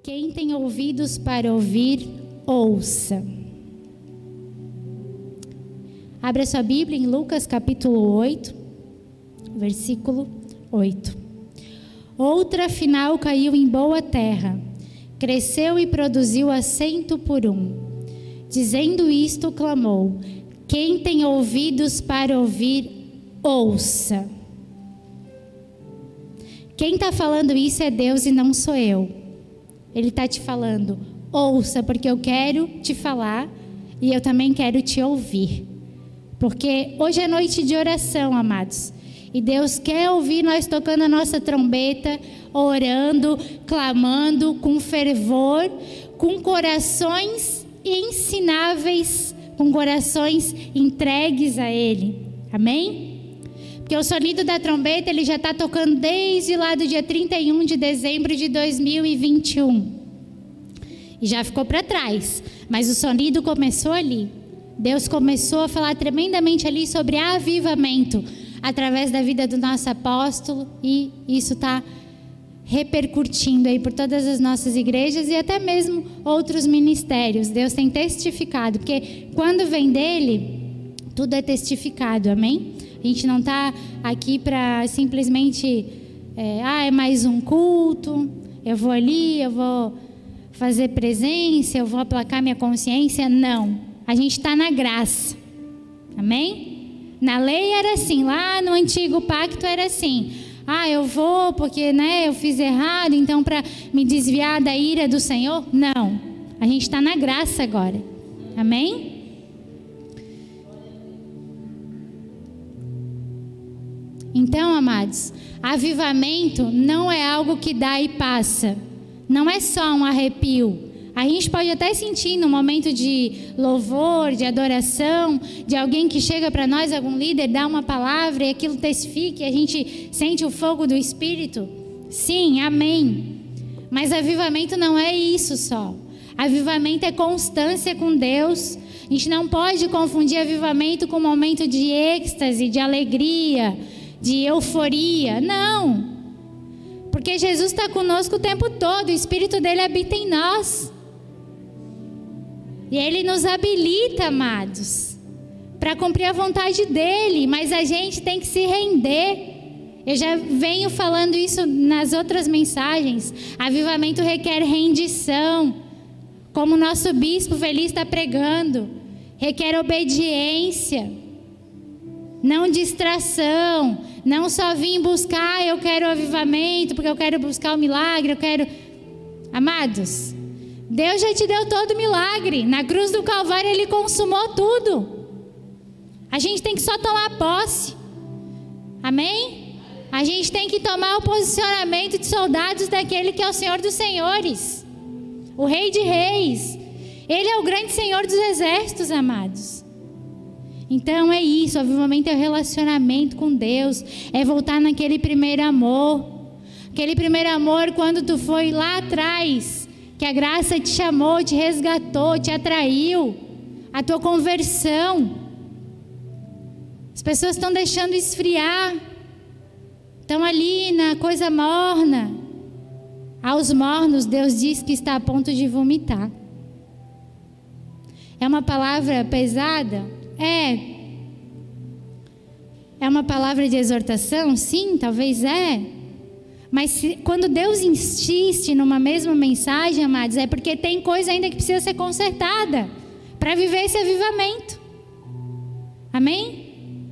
Quem tem ouvidos para ouvir, ouça. Abra sua Bíblia em Lucas capítulo 8, versículo 8. Outra final caiu em boa terra, cresceu e produziu a 100 por 1. Dizendo isto, clamou: quem tem ouvidos para ouvir, ouça. Quem está falando isso é Deus e não sou eu. Ele está te falando, ouça, porque eu quero te falar e eu também quero te ouvir. Porque hoje é noite de oração, amados. E Deus quer ouvir nós tocando a nossa trombeta, orando, clamando com fervor, com corações ensináveis, com corações entregues a Ele. Amém? Porque o sonido da trombeta, ele já está tocando desde lá do dia 31 de dezembro de 2021. E já ficou para trás. Mas o sonido começou ali. Deus começou a falar tremendamente ali sobre avivamento, através da vida do nosso apóstolo. E isso está repercutindo aí por todas as nossas igrejas e até mesmo outros ministérios. Deus tem testificado. Porque quando vem dele, tudo é testificado. Amém? A gente não está aqui para simplesmente, é mais um culto, eu vou ali, eu vou fazer presença, eu vou aplacar minha consciência. Não, a gente está na graça, amém? Na lei era assim, lá no antigo pacto era assim, eu vou porque eu fiz errado, então para me desviar da ira do Senhor. Não, a gente está na graça agora, amém? Então, amados, avivamento não é algo que dá e passa. Não é só um arrepio. A gente pode até sentir no momento de louvor, de adoração, de alguém que chega para nós, algum líder, dá uma palavra e aquilo testifica e a gente sente o fogo do Espírito. Sim, amém. Mas avivamento não é isso só. Avivamento é constância com Deus. A gente não pode confundir avivamento com um momento de êxtase, de alegria, de euforia. Não, porque Jesus está conosco o tempo todo, o Espírito dele habita em nós e ele nos habilita, amados, para cumprir a vontade dele, mas a gente tem que se render. Eu já venho falando isso nas outras mensagens. Avivamento requer rendição, como o nosso bispo Feliz está pregando, requer obediência, não distração, não só vim buscar, eu quero o avivamento, porque eu quero buscar o milagre, eu quero... Amados, Deus já te deu todo o milagre, na cruz do Calvário Ele consumou tudo, a gente tem que só tomar posse, amém? A gente tem que tomar o posicionamento de soldados daquele que é o Senhor dos Senhores, o Rei de Reis, Ele é o grande Senhor dos exércitos, amados. Então é isso, o avivamento é o relacionamento com Deus, é voltar naquele primeiro amor. Aquele primeiro amor quando tu foi lá atrás, que a graça te chamou, te resgatou, te atraiu, a tua conversão. As pessoas estão deixando esfriar, estão ali na coisa morna. Aos mornos Deus diz que está a ponto de vomitar. É uma palavra pesada? É uma palavra de exortação? Sim, talvez mas quando Deus insiste numa mesma mensagem, amados, é porque tem coisa ainda que precisa ser consertada para viver esse avivamento. Amém?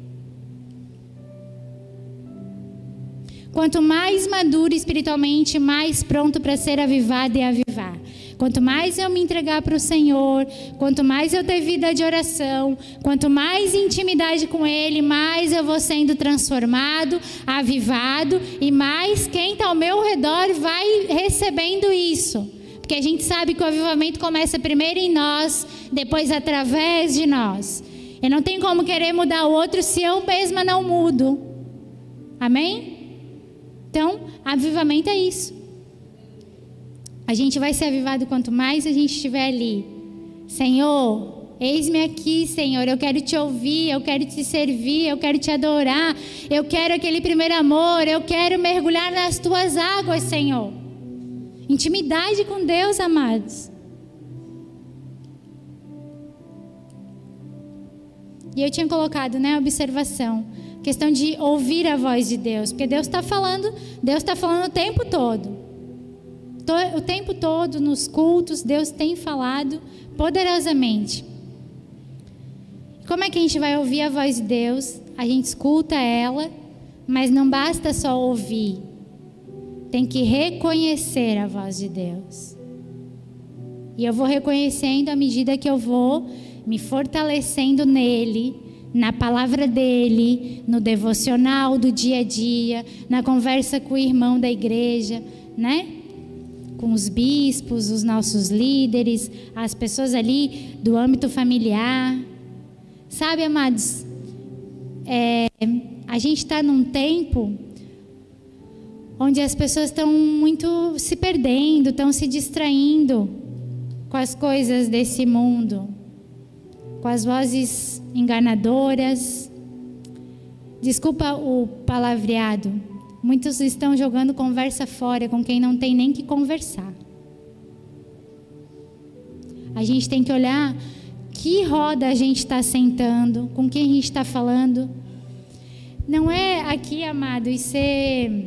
Quanto mais maduro espiritualmente, mais pronto para ser avivado e avivar. Quanto mais eu me entregar para o Senhor, quanto mais eu ter vida de oração, quanto mais intimidade com Ele, mais eu vou sendo transformado, avivado, e mais quem está ao meu redor vai recebendo isso. Porque a gente sabe que o avivamento começa primeiro em nós, depois através de nós. Eu não tenho como querer mudar o outro se eu mesma não mudo. Amém? Então, avivamento é isso. A gente vai ser avivado quanto mais a gente estiver ali. Senhor, eis-me aqui, Senhor, eu quero te ouvir, eu quero te servir, eu quero te adorar, eu quero aquele primeiro amor, eu quero mergulhar nas tuas águas, Senhor. Intimidade com Deus, amados. E eu tinha colocado, né, observação, questão de ouvir a voz de Deus, porque Deus está falando o tempo todo. O tempo todo nos cultos, Deus tem falado poderosamente. Como é que a gente vai ouvir a voz de Deus? A gente escuta ela, mas não basta só ouvir. Tem que reconhecer a voz de Deus. E eu vou reconhecendo à medida que eu vou me fortalecendo nele, na palavra dele, no devocional do dia a dia, na conversa com o irmão da igreja, né? Com os bispos, os nossos líderes, as pessoas ali do âmbito familiar. Sabe, amados, a gente está num tempo onde as pessoas estão muito se perdendo, estão se distraindo com as coisas desse mundo, com as vozes enganadoras. Desculpa o palavreado. Muitos estão jogando conversa fora com quem não tem nem que conversar. A gente tem que olhar que roda a gente está sentando, com quem a gente está falando. Não é aqui, amado, e ser...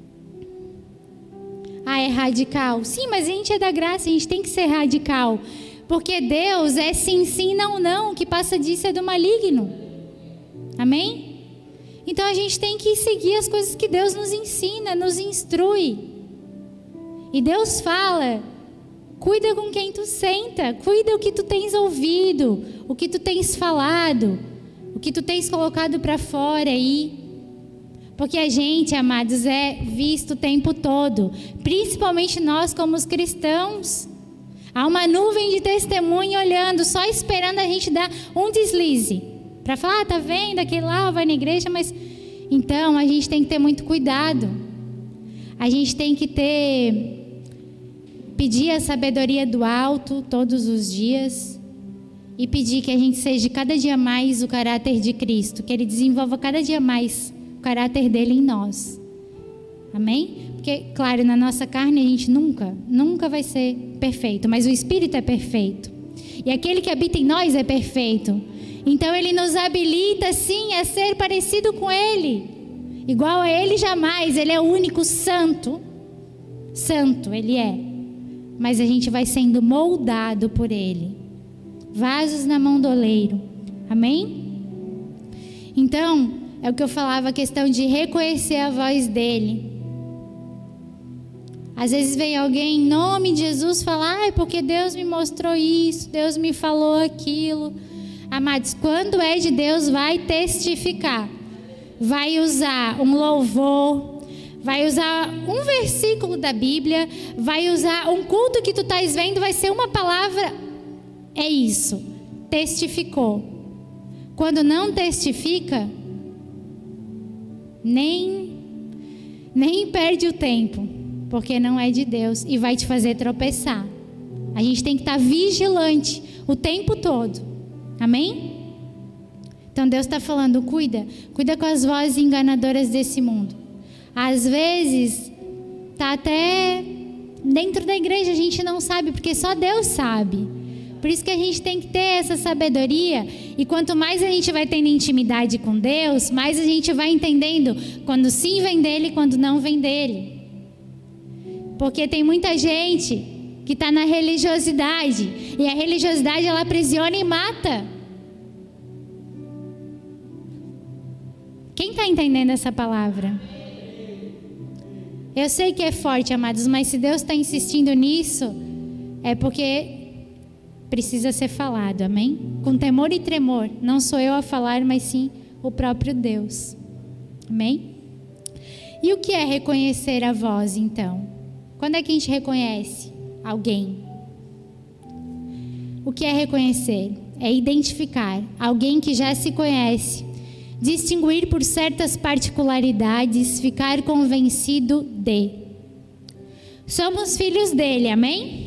é radical. Sim, mas a gente é da graça, a gente tem que ser radical. Porque Deus é sim, sim, não, não. O que passa disso é do maligno. Amém? Então a gente tem que seguir as coisas que Deus nos ensina, nos instrui. E Deus fala: cuida com quem tu senta, cuida o que tu tens ouvido, o que tu tens falado, o que tu tens colocado para fora aí. Porque a gente, amados, é visto o tempo todo, principalmente nós como os cristãos. Há uma nuvem de testemunho olhando, só esperando a gente dar um deslize. Para falar, tá vendo, aquele lá vai na igreja, mas... Então, a gente tem que ter muito cuidado. A gente tem que pedir a sabedoria do alto todos os dias. E pedir que a gente seja cada dia mais o caráter de Cristo. Que Ele desenvolva cada dia mais o caráter dele em nós. Amém? Porque, claro, na nossa carne a gente nunca vai ser perfeito. Mas o Espírito é perfeito. E aquele que habita em nós é perfeito. Então Ele nos habilita sim a ser parecido com Ele. Igual a Ele jamais. Ele é o único santo. Santo Ele é. Mas a gente vai sendo moldado por Ele. Vasos na mão do oleiro. Amém? Então, é o que eu falava, a questão de reconhecer a voz dEle. Às vezes vem alguém em nome de Jesus falar: porque Deus me mostrou isso, Deus me falou aquilo. Amados, quando é de Deus, vai testificar. Vai usar um louvor, vai usar um versículo da Bíblia, vai usar um culto que tu estás vendo, vai ser uma palavra. É isso, testificou. Quando não testifica, nem perde o tempo, porque não é de Deus e vai te fazer tropeçar. A gente tem que estar vigilante o tempo todo. Amém? Então Deus está falando: cuida com as vozes enganadoras desse mundo. Às vezes está até dentro da igreja, a gente não sabe, porque só Deus sabe. Por isso que a gente tem que ter essa sabedoria. E quanto mais a gente vai tendo intimidade com Deus, mais a gente vai entendendo quando sim vem dele e quando não vem dele. Porque tem muita gente que está na religiosidade, e a religiosidade ela aprisiona e mata. Quem está entendendo essa palavra? Eu sei que é forte, amados, mas se Deus está insistindo nisso, é porque precisa ser falado, amém? Com temor e tremor, não sou eu a falar, mas sim o próprio Deus, amém? E o que é reconhecer a voz, então? Quando é que a gente reconhece alguém? O que é reconhecer? É identificar alguém que já se conhece, distinguir por certas particularidades, ficar convencido de. Somos filhos dele, amém?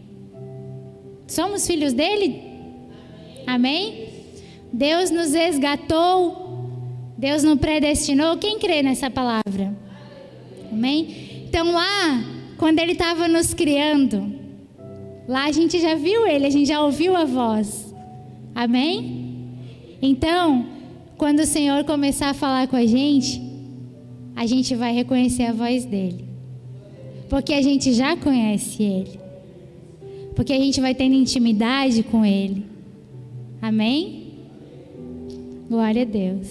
Somos filhos dele? Amém? Deus nos resgatou, Deus nos predestinou. Quem crê nessa palavra? Amém? Então lá, quando Ele estava nos criando, lá a gente já viu Ele, a gente já ouviu a voz. Amém? Então, quando o Senhor começar a falar com a gente vai reconhecer a voz dEle. Porque a gente já conhece Ele. Porque a gente vai tendo intimidade com Ele. Amém? Glória a Deus.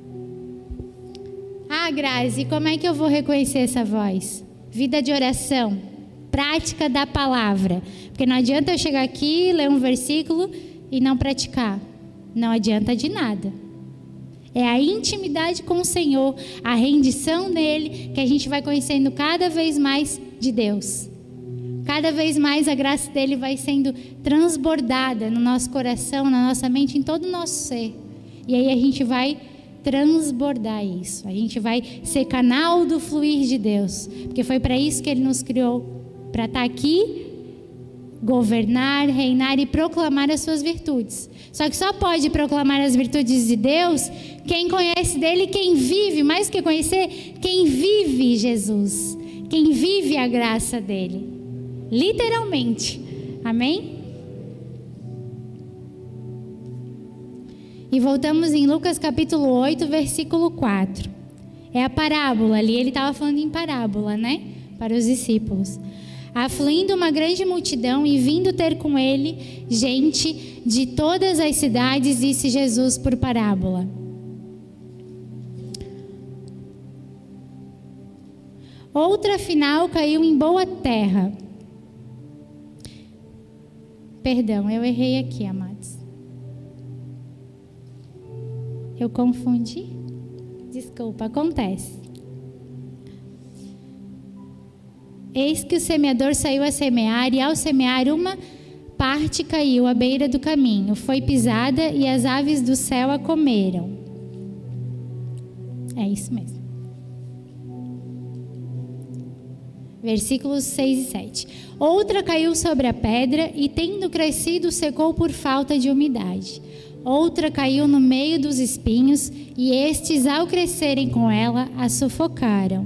Ah, Grazi, como é que eu vou reconhecer essa voz? Vida de oração, prática da palavra. Porque não adianta eu chegar aqui, ler um versículo e não praticar. Não adianta de nada. É a intimidade com o Senhor, a rendição nele, que a gente vai conhecendo cada vez mais de Deus. Cada vez mais a graça dele vai sendo transbordada no nosso coração, na nossa mente, em todo o nosso ser. E aí a gente vai transbordar isso. A gente vai ser canal do fluir de Deus. Porque foi para isso que ele nos criou. Para estar aqui, governar, reinar e proclamar as suas virtudes. Só que só pode proclamar as virtudes de Deus quem conhece dele, quem vive, mais que conhecer, quem vive Jesus. Quem vive a graça dele. Literalmente. Amém? E voltamos em Lucas capítulo 8, versículo 4. É a parábola ali, ele estava falando em parábola, né? Para os discípulos. Afluindo uma grande multidão e vindo ter com ele gente de todas as cidades, disse Jesus por parábola. Outra afinal caiu em boa terra. Perdão, eu errei aqui, amados. Eu confundi. Desculpa, acontece. Eis que o semeador saiu a semear, e ao semear uma parte caiu à beira do caminho, foi pisada e as aves do céu a comeram. É isso mesmo. Versículos 6 e 7. Outra caiu sobre a pedra e, tendo crescido, secou por falta de umidade. Outra caiu no meio dos espinhos e estes, ao crescerem com ela, a sufocaram.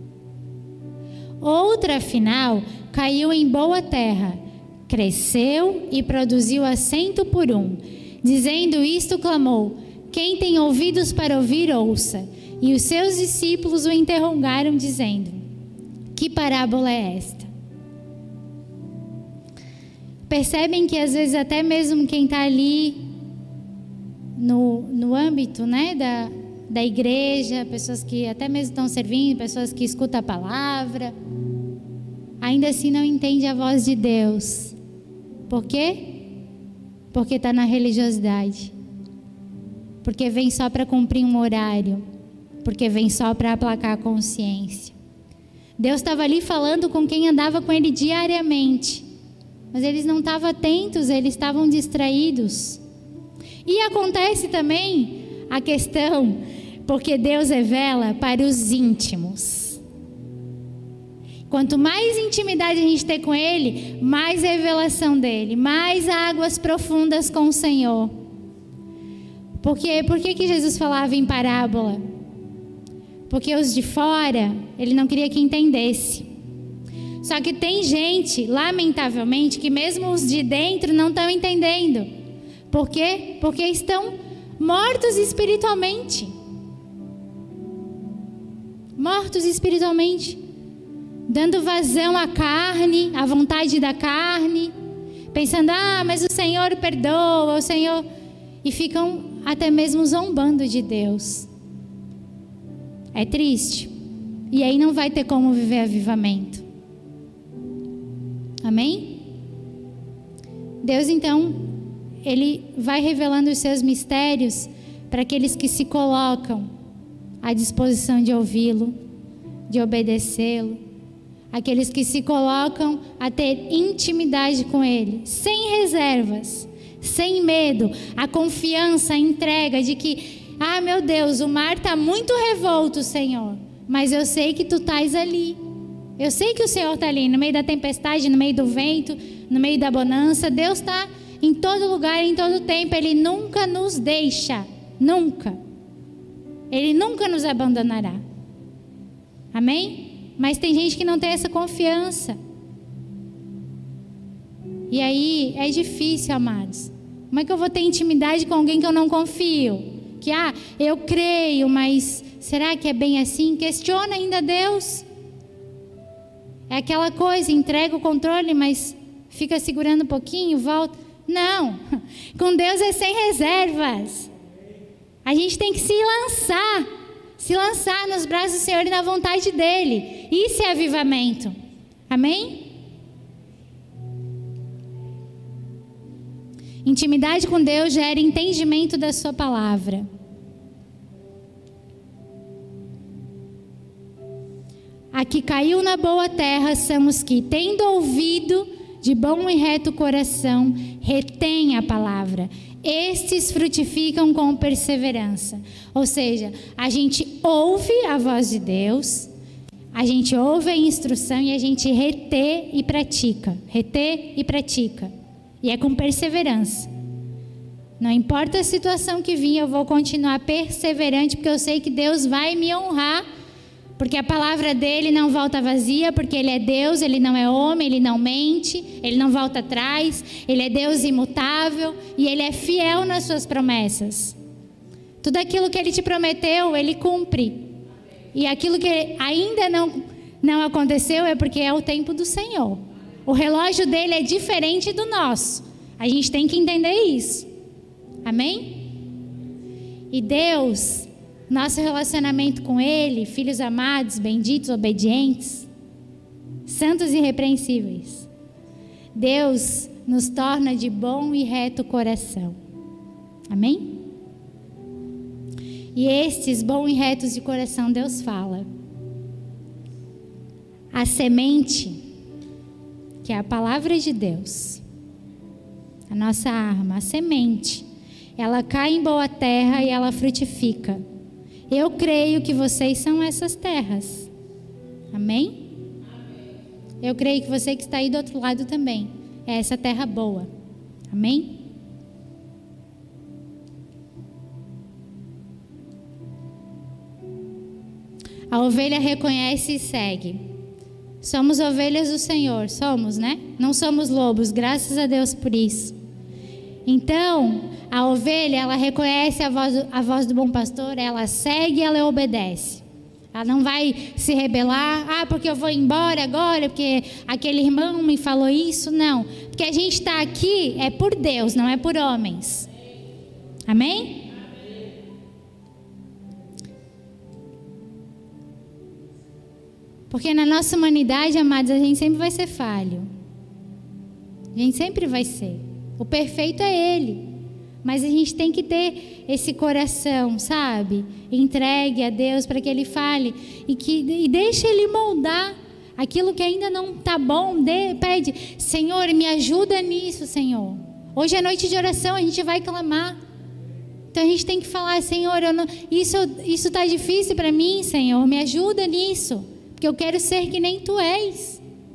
Outra, afinal, caiu em boa terra, cresceu e produziu a 100 por 1. Dizendo isto, clamou: quem tem ouvidos para ouvir, ouça. E os seus discípulos o interrogaram, dizendo: que parábola é esta? Percebem que às vezes até mesmo quem está ali no âmbito, né, da igreja, pessoas que até mesmo estão servindo, pessoas que escutam a palavra, ainda assim não entende a voz de Deus. Por quê? Porque está na religiosidade. Porque vem só para cumprir um horário. Porque vem só para aplacar a consciência. Deus estava ali falando com quem andava com ele diariamente. Mas eles não estavam atentos, eles estavam distraídos. E acontece também a questão, porque Deus revela para os íntimos. Quanto mais intimidade a gente tem com Ele, mais revelação dEle, mais águas profundas com o Senhor. Por que Jesus falava em parábola? Porque os de fora, Ele não queria que entendesse. Só que tem gente, lamentavelmente, que mesmo os de dentro não estão entendendo. Por quê? Porque estão mortos espiritualmente. Mortos espiritualmente. Dando vazão à carne, à vontade da carne. Pensando, mas o Senhor perdoa, o Senhor... E ficam até mesmo zombando de Deus. É triste. E aí não vai ter como viver avivamento. Amém? Deus, então, Ele vai revelando os seus mistérios para aqueles que se colocam à disposição de ouvi-lo, de obedecê-lo. Aqueles que se colocam a ter intimidade com Ele, sem reservas, sem medo, a confiança, a entrega de que, meu Deus, o mar está muito revolto, Senhor, mas eu sei que Tu estás ali. Eu sei que o Senhor está ali, no meio da tempestade, no meio do vento, no meio da bonança. Deus está em todo lugar, em todo tempo. Ele nunca nos deixa, nunca. Ele nunca nos abandonará. Amém? mas tem gente que não tem essa confiança. E aí é difícil, amados. Como é que eu vou ter intimidade com alguém que eu não confio? Que, eu creio, mas será que é bem assim? Questiona ainda Deus. É aquela coisa, entrega o controle, mas fica segurando um pouquinho, volta. Não, com Deus é sem reservas. A gente tem que se lançar nos braços do Senhor e na vontade dEle. Isso é avivamento. Amém? Intimidade com Deus gera entendimento da sua palavra. A que caiu na boa terra são os que, tendo ouvido de bom e reto coração, retém a palavra. Estes frutificam com perseverança. Ou seja, a gente ouve a voz de Deus, a gente ouve a instrução e a gente retê e pratica. Retê e pratica. E é com perseverança. Não importa a situação que vir, eu vou continuar perseverante, porque eu sei que Deus vai me honrar. Porque a palavra dele não volta vazia, porque ele é Deus, ele não é homem, ele não mente, ele não volta atrás, ele é Deus imutável e ele é fiel nas suas promessas. Tudo aquilo que ele te prometeu, ele cumpre. E aquilo que ainda não aconteceu é porque é o tempo do Senhor. O relógio dele é diferente do nosso. A gente tem que entender isso. Amém? E Deus, nosso relacionamento com Ele, filhos amados, benditos, obedientes, santos e irrepreensíveis. Deus nos torna de bom e reto coração. Amém? E estes bons e retos de coração, Deus fala. A semente, que é a palavra de Deus, a nossa arma, a semente, ela cai em boa terra e ela frutifica. Eu creio que vocês são essas terras. Amém? Eu creio que você que está aí do outro lado também é essa terra boa. Amém? A ovelha reconhece e segue. Somos ovelhas do Senhor, somos, né? Não somos lobos, graças a Deus por isso. Então, a ovelha, ela reconhece a voz do bom pastor, ela segue, ela obedece. Ela não vai se rebelar, porque eu vou embora agora, porque aquele irmão me falou isso. Não, porque a gente está aqui é por Deus, não é por homens. Amém? Porque na nossa humanidade, amados, a gente sempre vai ser falho. A gente sempre vai ser. O perfeito é Ele. Mas a gente tem que ter esse coração, sabe? Entregue a Deus para que Ele fale. E deixe Ele moldar aquilo que ainda não está bom. Pede, Senhor, me ajuda nisso, Senhor. Hoje é noite de oração, a gente vai clamar. Então a gente tem que falar, Senhor, isso está difícil para mim, Senhor. Me ajuda nisso. Porque eu quero ser que nem Tu és.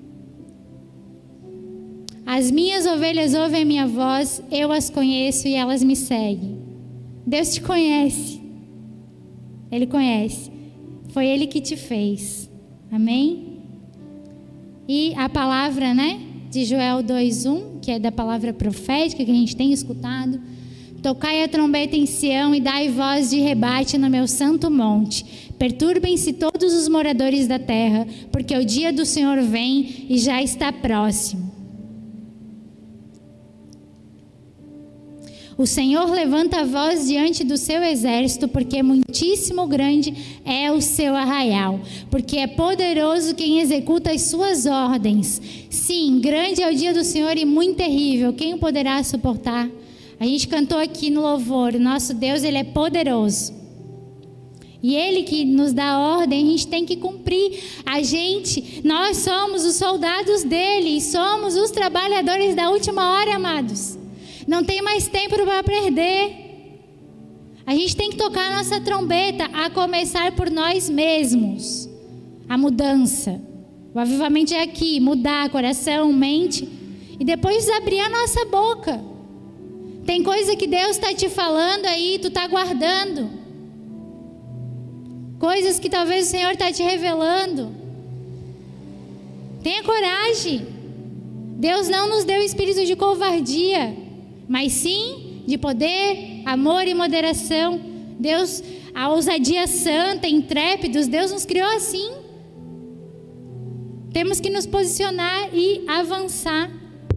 As minhas ovelhas ouvem a minha voz, eu as conheço e elas me seguem. Deus te conhece. Ele conhece. Foi Ele que te fez. Amém? E a palavra, de Joel 2:1, que é da palavra profética que a gente tem escutado. Tocai a trombeta em Sião e dai voz de rebate no meu santo monte. Perturbem-se todos os moradores da terra, porque o dia do Senhor vem e já está próximo. O Senhor levanta a voz diante do seu exército, porque muitíssimo grande é o seu arraial, porque é poderoso quem executa as suas ordens. Sim, grande é o dia do Senhor e muito terrível, quem o poderá suportar? A gente cantou aqui no louvor, o nosso Deus, Ele é poderoso. E Ele que nos dá ordem, a gente tem que cumprir. Nós somos os soldados dEle, somos os trabalhadores da última hora, amados. Não tem mais tempo para perder. A gente tem que tocar a nossa trombeta, a começar por nós mesmos. A mudança. O avivamento é aqui, mudar coração, mente. E depois abrir a nossa boca. Tem coisa que Deus está te falando aí, tu está guardando. Coisas que talvez o Senhor está te revelando. Tenha coragem. Deus não nos deu espírito de covardia, mas sim de poder, amor e moderação. Deus, a ousadia santa, intrépidos, Deus nos criou assim. Temos que nos posicionar e avançar.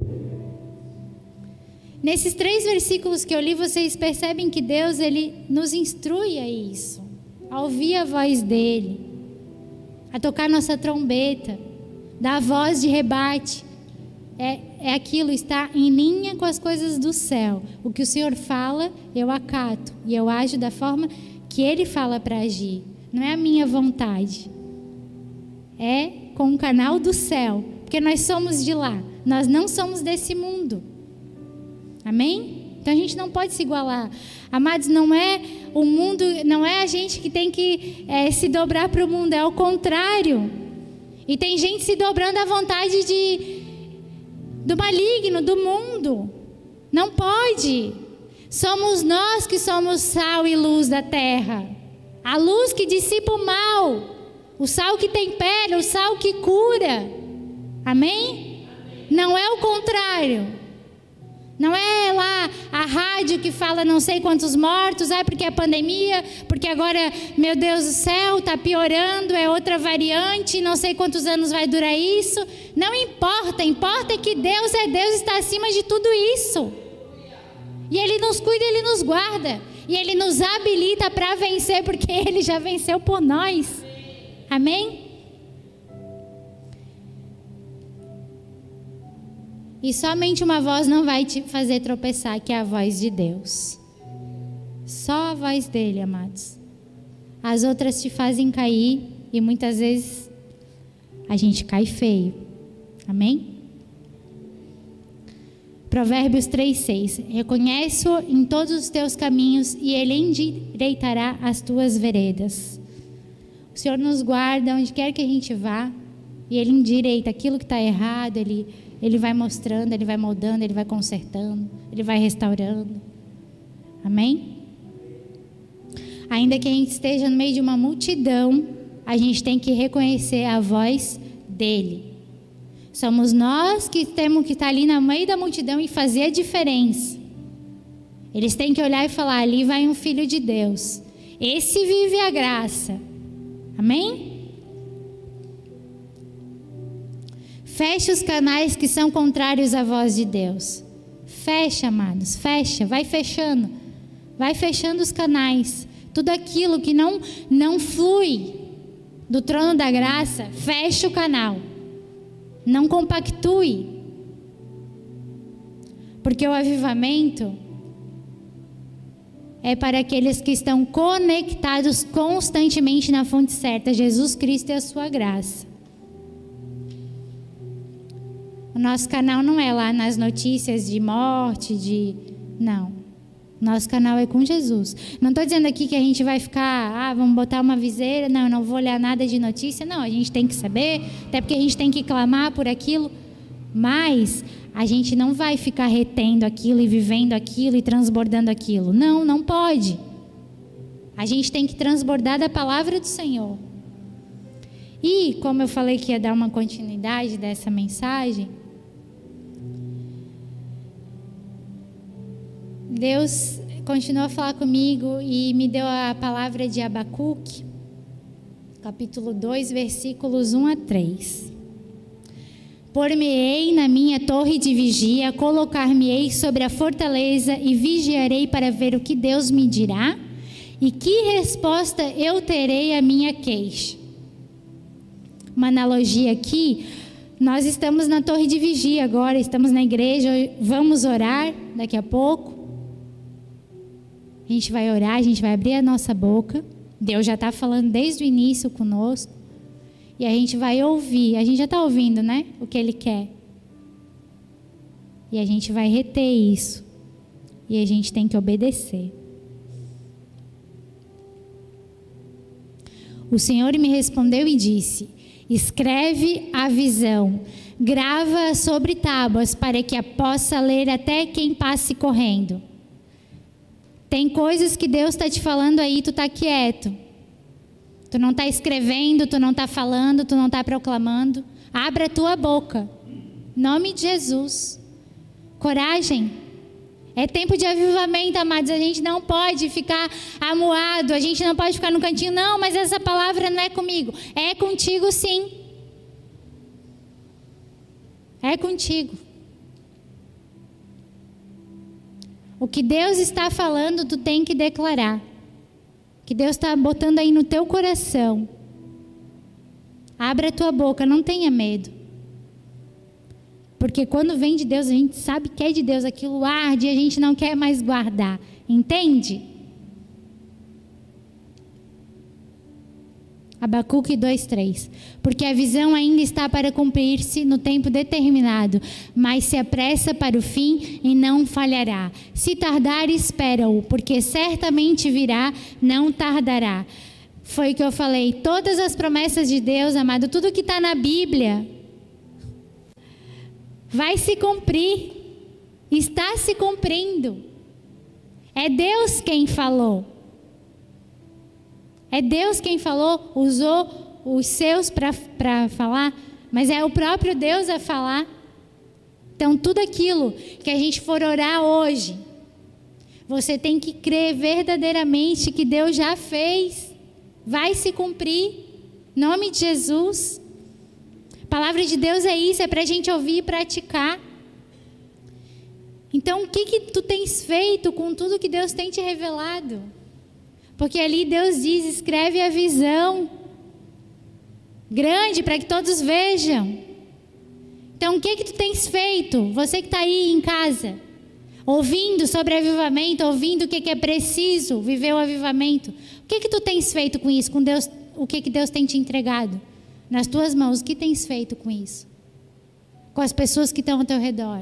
Nesses 3 versículos que eu li, vocês percebem que Deus, Ele nos instrui a isso, a ouvir a voz dEle, a tocar nossa trombeta, dar a voz de rebate. É aquilo, está em linha com as coisas do céu. O que o Senhor fala, eu acato, e eu ajo da forma que Ele fala para agir. Não é a minha vontade, é com o canal do céu, porque nós somos de lá, nós não somos desse mundo. Amém? Então a gente não pode se igualar. Amados, não é o mundo, não é a gente que tem que se dobrar para o mundo, é o contrário. E tem gente se dobrando à vontade do maligno, do mundo. Não pode. Somos nós que somos sal e luz da terra. A luz que dissipa o mal. O sal que tempera, o sal que cura. Amém? Não é o contrário. Não é lá a rádio que fala não sei quantos mortos, porque é pandemia, porque agora, meu Deus do céu, está piorando, é outra variante, não sei quantos anos vai durar isso. Não importa, importa é que Deus é Deus, está acima de tudo isso. E Ele nos cuida, Ele nos guarda, e Ele nos habilita para vencer, porque Ele já venceu por nós. Amém? E somente uma voz não vai te fazer tropeçar, que é a voz de Deus. Só a voz dele, amados. As outras te fazem cair e muitas vezes a gente cai feio. Amém? Provérbios 3:6. Reconheço em todos os teus caminhos e Ele endireitará as tuas veredas. O Senhor nos guarda onde quer que a gente vá e Ele endireita aquilo que está errado, Ele vai mostrando, Ele vai moldando, Ele vai consertando, Ele vai restaurando. Amém? Ainda que a gente esteja no meio de uma multidão, a gente tem que reconhecer a voz dEle. Somos nós que temos que estar ali no meio da multidão e fazer a diferença. Eles têm que olhar e falar, ali vai um filho de Deus. Esse vive a graça. Amém? Feche os canais que são contrários à voz de Deus. Fecha, amados, fecha, vai fechando. Vai fechando os canais. Tudo aquilo que não flui do trono da graça, fecha o canal. Não compactue. Porque o avivamento é para aqueles que estão conectados constantemente na fonte certa, Jesus Cristo e a sua graça. O nosso canal não é lá nas notícias de morte, não. Nosso canal é com Jesus. Não estou dizendo aqui que a gente vai ficar, vamos botar uma viseira, não vou olhar nada de notícia. Não, a gente tem que saber, até porque a gente tem que clamar por aquilo. Mas a gente não vai ficar retendo aquilo e vivendo aquilo e transbordando aquilo. Não, não pode. A gente tem que transbordar da palavra do Senhor. E, como eu falei que ia dar uma continuidade dessa mensagem, Deus continuou a falar comigo e me deu a palavra de Abacuque, capítulo 2, versículos 1 a 3. Por-me-ei na minha torre de vigia, colocar-me-ei sobre a fortaleza e vigiarei para ver o que Deus me dirá e que resposta eu terei à minha queixa. Uma analogia aqui, nós estamos na torre de vigia agora, estamos na igreja, vamos orar daqui a pouco. A gente vai orar, a gente vai abrir a nossa boca. Deus já está falando desde o início conosco. E a gente vai ouvir. A gente já está ouvindo, né? O que Ele quer. E a gente vai reter isso. E a gente tem que obedecer. O Senhor me respondeu e disse: escreve a visão, grava sobre tábuas para que a possa ler até quem passe correndo. Tem coisas que Deus está te falando aí, tu está quieto. Tu não está escrevendo, tu não está falando, tu não está proclamando. Abra a tua boca. Em nome de Jesus. Coragem. É tempo de avivamento, amados. A gente não pode ficar amuado. A gente não pode ficar no cantinho. Não, mas essa palavra não é comigo. É contigo, sim. É contigo. O que Deus está falando, tu tem que declarar. O que Deus está botando aí no teu coração. Abra a tua boca, não tenha medo. Porque quando vem de Deus, a gente sabe que é de Deus, aquilo arde e a gente não quer mais guardar. Entende? Abacuque 2:3. Porque a visão ainda está para cumprir-se no tempo determinado, mas se apressa para o fim e não falhará. Se tardar, espera-o, porque certamente virá, não tardará. Foi o que eu falei. Todas as promessas de Deus, amado, tudo que está na Bíblia, vai se cumprir. Está se cumprindo. É Deus quem falou. É Deus quem falou, usou os seus para falar, mas é o próprio Deus a falar. Então, tudo aquilo que a gente for orar hoje, você tem que crer verdadeiramente que Deus já fez. Vai se cumprir. Em nome de Jesus. A palavra de Deus é isso, é para a gente ouvir e praticar. Então, o que tu tens feito com tudo que Deus tem te revelado? Porque ali Deus diz, escreve a visão grande para que todos vejam. Então, o que tu tens feito? Você que está aí em casa, ouvindo sobre avivamento, ouvindo o que é preciso viver o avivamento. O que tu tens feito com isso? Com Deus, o que Deus tem te entregado? Nas tuas mãos, o que tens feito com isso? Com as pessoas que estão ao teu redor.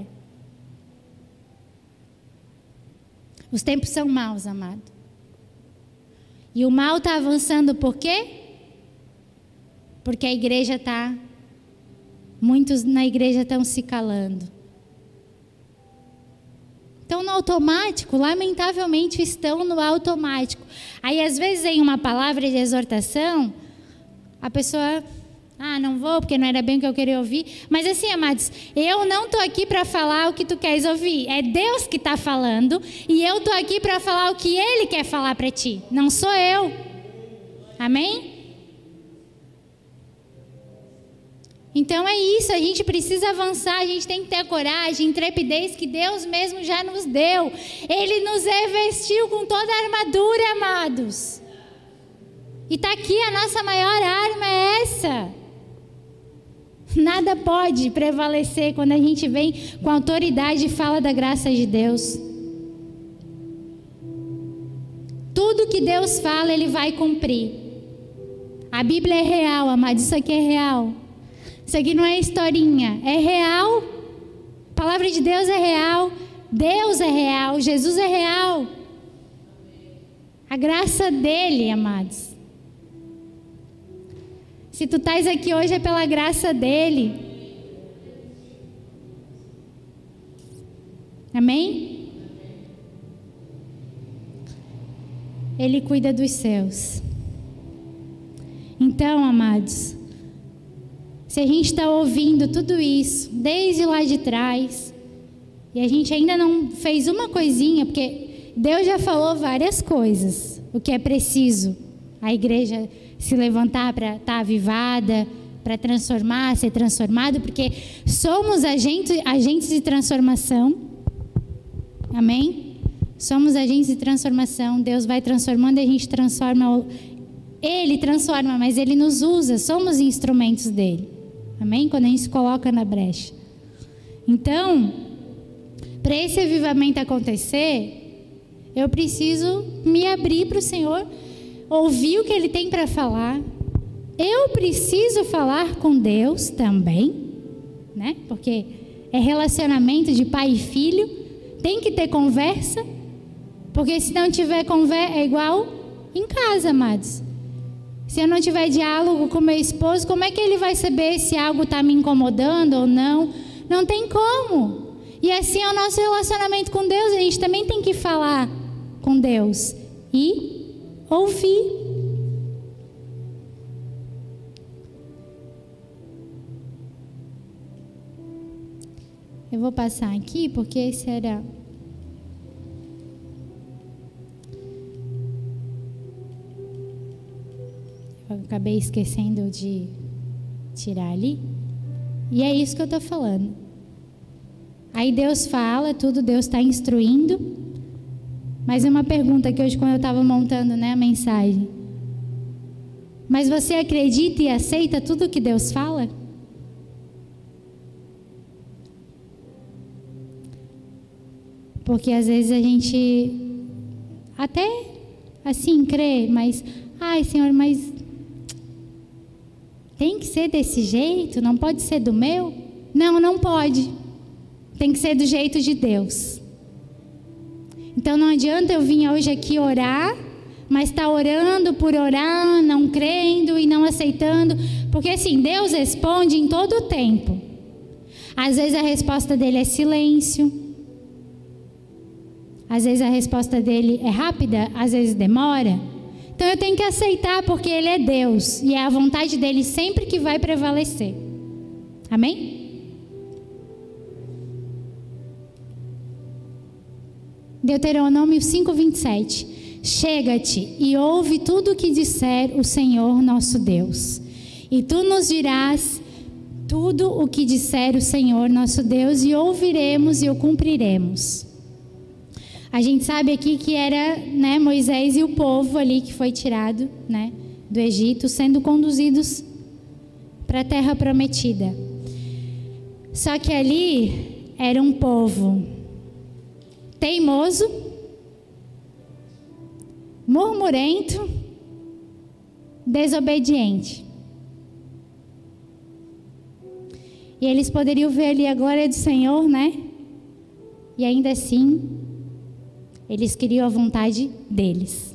Os tempos são maus, amado. E o mal está avançando por quê? Porque a igreja está... Muitos na igreja estão se calando. Estão no automático, lamentavelmente estão no automático. Aí às vezes em uma palavra de exortação, a pessoa... não vou porque não era bem o que eu queria ouvir. Mas assim, amados, eu não estou aqui para falar o que tu queres ouvir. É Deus que está falando. E eu estou aqui para falar o que Ele quer falar para ti. Não sou eu. Amém? Então é isso, a gente precisa avançar, a gente tem que ter a coragem, intrepidez que Deus mesmo já nos deu. Ele nos revestiu com toda a armadura, amados. E está aqui, a nossa maior arma é essa. Nada pode prevalecer quando a gente vem com autoridade e fala da graça de Deus. Tudo que Deus fala, Ele vai cumprir. A Bíblia é real, amado, isso aqui é real. Isso aqui não é historinha, é real. A palavra de Deus é real. Deus é real, Jesus é real. A graça dEle, amados. Se tu estás aqui hoje é pela graça dEle. Amém? Ele cuida dos seus. Então, amados, se a gente está ouvindo tudo isso, desde lá de trás, e a gente ainda não fez uma coisinha, porque Deus já falou várias coisas, o que é preciso a igreja se levantar para estar avivada, para transformar, ser transformado, porque somos agentes de transformação. Amém? Somos agentes de transformação. Deus vai transformando e a gente transforma. Ele transforma, mas Ele nos usa. Somos instrumentos dEle. Amém? Quando a gente se coloca na brecha. Então, para esse avivamento acontecer, eu preciso me abrir para o Senhor, ouvir o que Ele tem para falar. Eu preciso falar com Deus também, né? Porque é relacionamento de pai e filho. Tem que ter conversa. Porque se não tiver conversa, é igual em casa, amados. Se eu não tiver diálogo com meu esposo, como é que ele vai saber se algo está me incomodando ou não? Não tem como. E assim é o nosso relacionamento com Deus. A gente também tem que falar com Deus e ouvir. Eu vou passar aqui porque esse era... Eu acabei esquecendo de tirar ali. E é isso que eu estou falando. Aí Deus fala, tudo Deus está instruindo. Mas uma pergunta que hoje, quando eu estava montando, né, a mensagem. Mas você acredita e aceita tudo que Deus fala? Porque às vezes a gente até assim crê, mas... Ai, Senhor, mas... Tem que ser desse jeito? Não pode ser do meu? Não, não pode. Tem que ser do jeito de Deus. Então não adianta eu vir hoje aqui orar, mas estar orando por orar, não crendo e não aceitando. Porque assim, Deus responde em todo o tempo. Às vezes a resposta dele é silêncio. Às vezes a resposta dele é rápida, às vezes demora. Então eu tenho que aceitar porque Ele é Deus. E é a vontade dEle sempre que vai prevalecer. Amém? Deuteronômio 5:27. Chega-te e ouve tudo o que disser o Senhor nosso Deus. E tu nos dirás tudo o que disser o Senhor nosso Deus, e ouviremos e o cumpriremos. A gente sabe aqui que era, né, Moisés e o povo ali que foi tirado, né, do Egito, sendo conduzidos para a terra prometida. Só que ali era um povo teimoso, murmurento, desobediente. E eles poderiam ver ali a glória do Senhor, né? E ainda assim, eles queriam a vontade deles.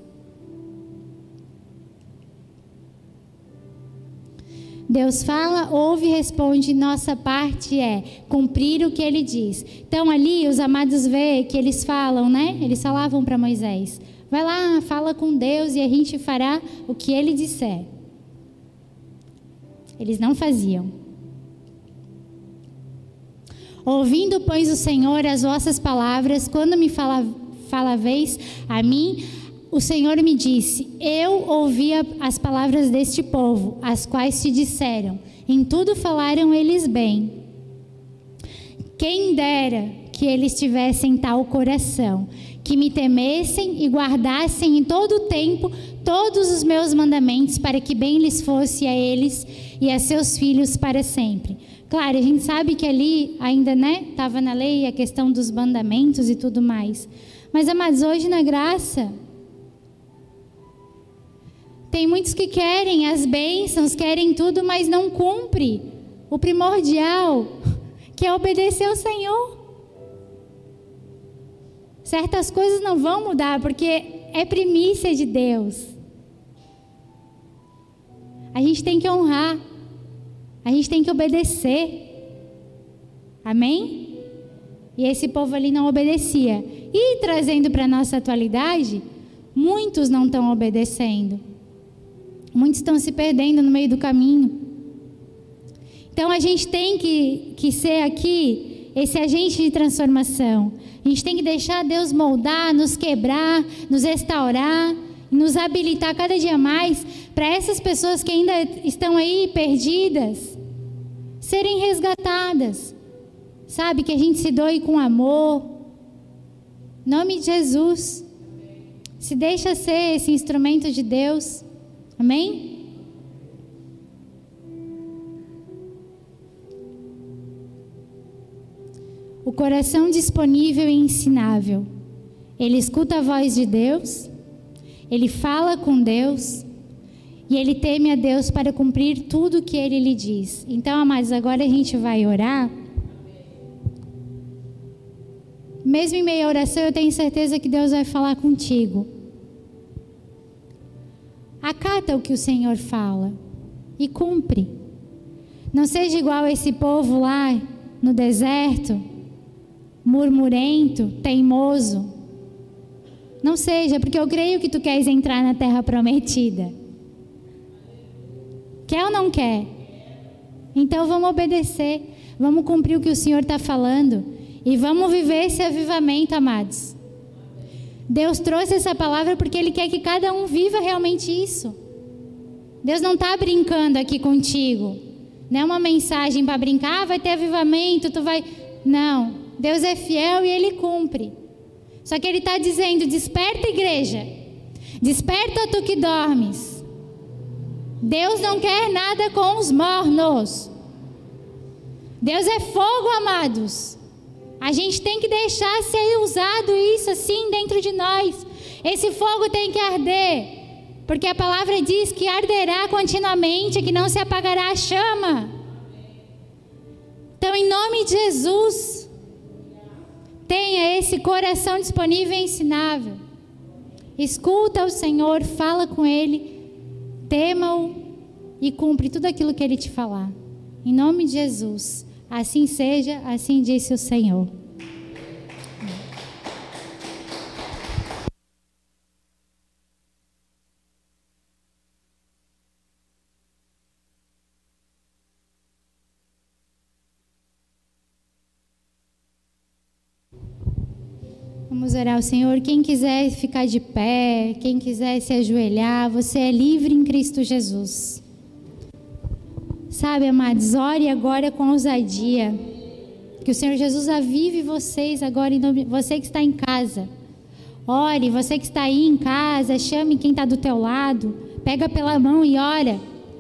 Deus fala, ouve e responde. Nossa parte é cumprir o que Ele diz. Então ali os amados vê que eles falam, né? Eles falavam para Moisés: vai lá, fala com Deus e a gente fará o que Ele disser. Eles não faziam. Ouvindo, pois, o Senhor as vossas palavras, quando me falaveis a mim, o Senhor me disse: eu ouvi as palavras deste povo, as quais te disseram, em tudo falaram eles bem. Quem dera que eles tivessem tal coração, que me temessem e guardassem em todo o tempo todos os meus mandamentos, para que bem lhes fosse a eles e a seus filhos para sempre. Claro, a gente sabe que ali ainda, né, estava na lei a questão dos mandamentos e tudo mais. Mas, amados, hoje na graça, tem muitos que querem as bênçãos, querem tudo, mas não cumpre o primordial, que é obedecer ao Senhor. Certas coisas não vão mudar, porque é primícia de Deus. A gente tem que honrar. A gente tem que obedecer. Amém? E esse povo ali não obedecia. E trazendo para a nossa atualidade, muitos não estão obedecendo. Muitos estão se perdendo no meio do caminho. Então a gente tem que ser aqui esse agente de transformação. A gente tem que deixar Deus moldar, nos quebrar, nos restaurar, nos habilitar cada dia mais para essas pessoas que ainda estão aí perdidas serem resgatadas. Sabe, que a gente se doe com amor. Em nome de Jesus. Se deixa ser esse instrumento de Deus. Amém? O coração disponível e ensinável. Ele escuta a voz de Deus. Ele fala com Deus. E ele teme a Deus para cumprir tudo o que Ele lhe diz. Então, amados, agora a gente vai orar. Mesmo em meio à oração, eu tenho certeza que Deus vai falar contigo. Acata o que o Senhor fala e cumpre. Não seja igual esse povo lá no deserto, murmurento, teimoso. Não seja, porque eu creio que tu queres entrar na terra prometida. Quer ou não quer? Então vamos obedecer. Vamos cumprir o que o Senhor está falando. E vamos viver esse avivamento, amados. Deus trouxe essa palavra porque Ele quer que cada um viva realmente isso. Deus não está brincando aqui contigo. Não é uma mensagem para brincar, vai ter avivamento, tu vai... Não, Deus é fiel e Ele cumpre. Só que Ele está dizendo, desperta, igreja. Desperta, tu que dormes. Deus não quer nada com os mornos. Deus é fogo, amados. A gente tem que deixar ser usado isso assim dentro de nós. Esse fogo tem que arder. Porque a palavra diz que arderá continuamente, que não se apagará a chama. Então, em nome de Jesus, tenha esse coração disponível e ensinável. Escuta o Senhor, fala com Ele, tema-o e cumpre tudo aquilo que Ele te falar. Em nome de Jesus, assim seja, assim disse o Senhor. Vamos orar ao Senhor. Quem quiser ficar de pé, quem quiser se ajoelhar, você é livre em Cristo Jesus. Sabe, amados, ore agora com ousadia. Que o Senhor Jesus avive vocês agora, você que está em casa. Ore, você que está aí em casa, chame quem está do teu lado, pega pela mão e ora.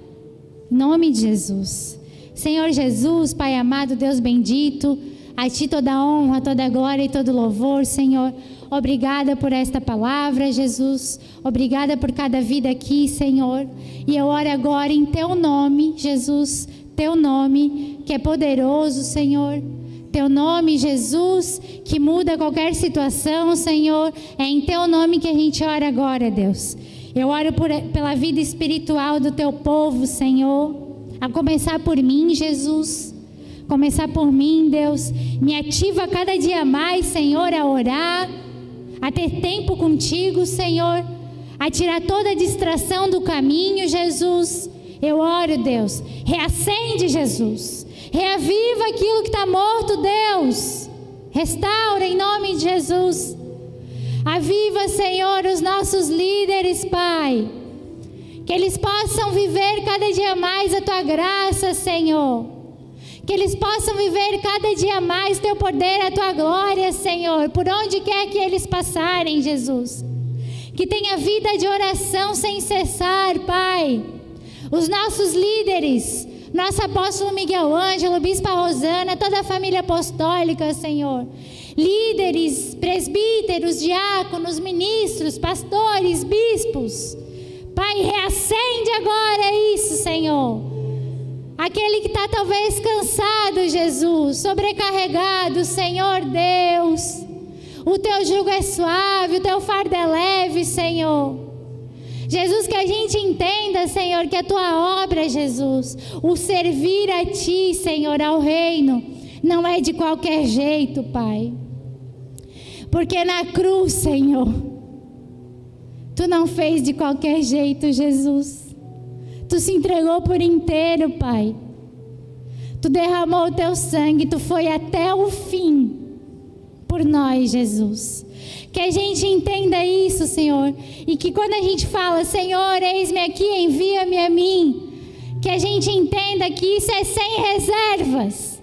Em nome de Jesus. Senhor Jesus, Pai amado, Deus bendito, a Ti toda a honra, toda a glória e todo o louvor, Senhor. Obrigada por esta palavra, Jesus. Obrigada por cada vida aqui, Senhor. E eu oro agora em Teu nome, Jesus. Teu nome que é poderoso, Senhor. Teu nome, Jesus, que muda qualquer situação, Senhor. É em Teu nome que a gente ora agora, Deus. Eu oro pela vida espiritual do Teu povo, Senhor. A começar por mim, Jesus. Começar por mim, Deus. Me ativa cada dia mais, Senhor, a orar, a ter tempo contigo, Senhor, a tirar toda a distração do caminho, Jesus. Eu oro, Deus. Reacende, Jesus. Reaviva aquilo que está morto, Deus. Restaura em nome de Jesus. Aviva, Senhor, os nossos líderes, Pai. Que eles possam viver cada dia mais a Tua graça, Senhor. Que eles possam viver cada dia mais Teu poder, a Tua glória, Senhor, por onde quer que eles passarem, Jesus. Que tenha vida de oração sem cessar, Pai. Os nossos líderes, nosso apóstolo Miguel Ângelo, Bispa Rosana, toda a família apostólica, Senhor. Líderes, presbíteros, diáconos, ministros, pastores, bispos. Pai, reacende agora isso, Senhor. Aquele que está talvez cansado, Jesus, sobrecarregado, Senhor Deus. O Teu jugo é suave, o Teu fardo é leve, Senhor. Jesus, que a gente entenda, Senhor, que a Tua obra, Jesus, o servir a Ti, Senhor, ao reino, não é de qualquer jeito, Pai. Porque na cruz, Senhor, Tu não fez de qualquer jeito, Jesus. Tu se entregou por inteiro, Pai. Tu derramou o Teu sangue, Tu foi até o fim por nós, Jesus. Que a gente entenda isso, Senhor. E que quando a gente fala, Senhor, eis-me aqui, envia-me a mim. Que a gente entenda que isso é sem reservas.